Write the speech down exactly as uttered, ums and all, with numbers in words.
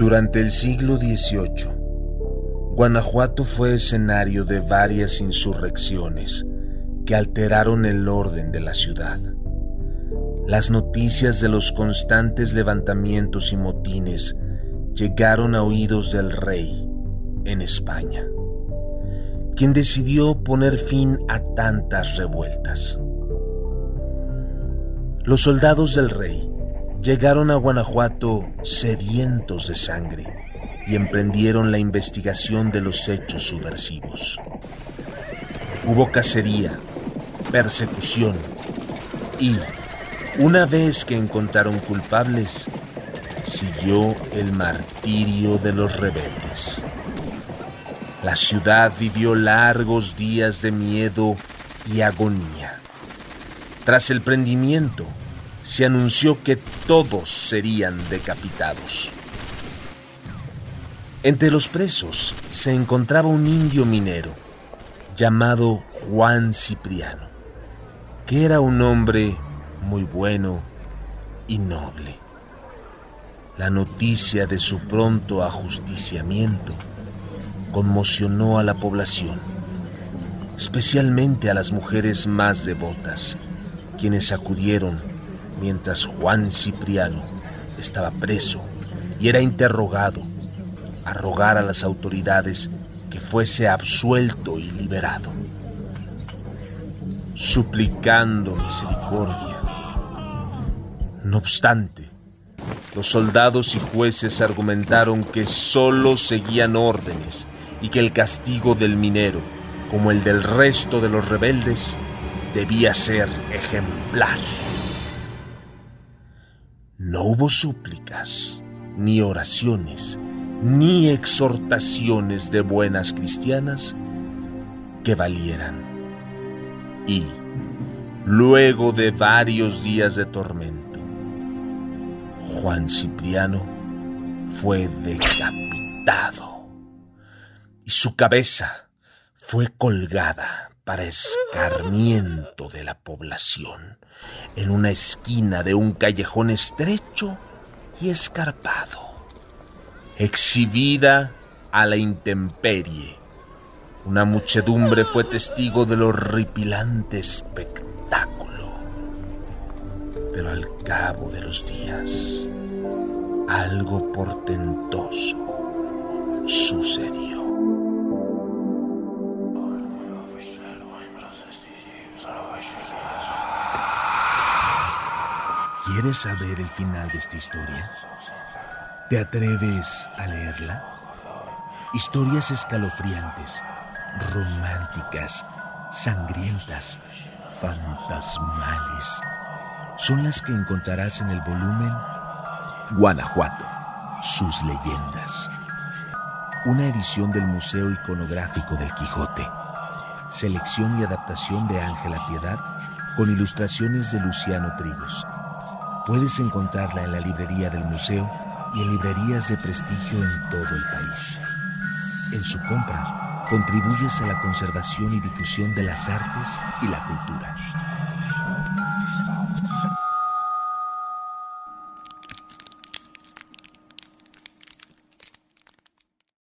Durante el siglo dieciocho, Guanajuato fue escenario de varias insurrecciones que alteraron el orden de la ciudad. Las noticias de los constantes levantamientos y motines llegaron a oídos del rey en España, quien decidió poner fin a tantas revueltas. Los soldados del rey llegaron a Guanajuato sedientos de sangre y emprendieron la investigación de los hechos subversivos. Hubo cacería, persecución y, una vez que encontraron culpables, siguió el martirio de los rebeldes. La ciudad vivió largos días de miedo y agonía. Tras el prendimiento, se anunció que todos serían decapitados. Entre los presos se encontraba un indio minero llamado Juan Cipriano, que era un hombre muy bueno y noble. La noticia de su pronto ajusticiamiento conmocionó a la población, especialmente a las mujeres más devotas, quienes acudieron mientras Juan Cipriano estaba preso y era interrogado, a rogar a las autoridades que fuese absuelto y liberado, suplicando misericordia. No obstante, los soldados y jueces argumentaron que solo seguían órdenes y que el castigo del minero, como el del resto de los rebeldes, debía ser ejemplar. No hubo súplicas, ni oraciones, ni exhortaciones de buenas cristianas que valieran. Y, luego de varios días de tormento, Juan Cipriano fue decapitado y su cabeza fue colgada para escarmiento de la población en una esquina de un callejón estrecho y escarpado, exhibida a la intemperie. Una muchedumbre fue testigo del horripilante espectáculo. Pero al cabo de los días, algo portentoso sucedió. ¿Quieres saber el final de esta historia? ¿Te atreves a leerla? Historias escalofriantes, románticas, sangrientas, fantasmales, son las que encontrarás en el volumen Guanajuato, sus leyendas. Una edición del Museo Iconográfico del Quijote. Selección y adaptación de Ángela Piedad con ilustraciones de Luciano Trigos. Puedes encontrarla en la librería del museo y en librerías de prestigio en todo el país. En su compra, contribuyes a la conservación y difusión de las artes y la cultura.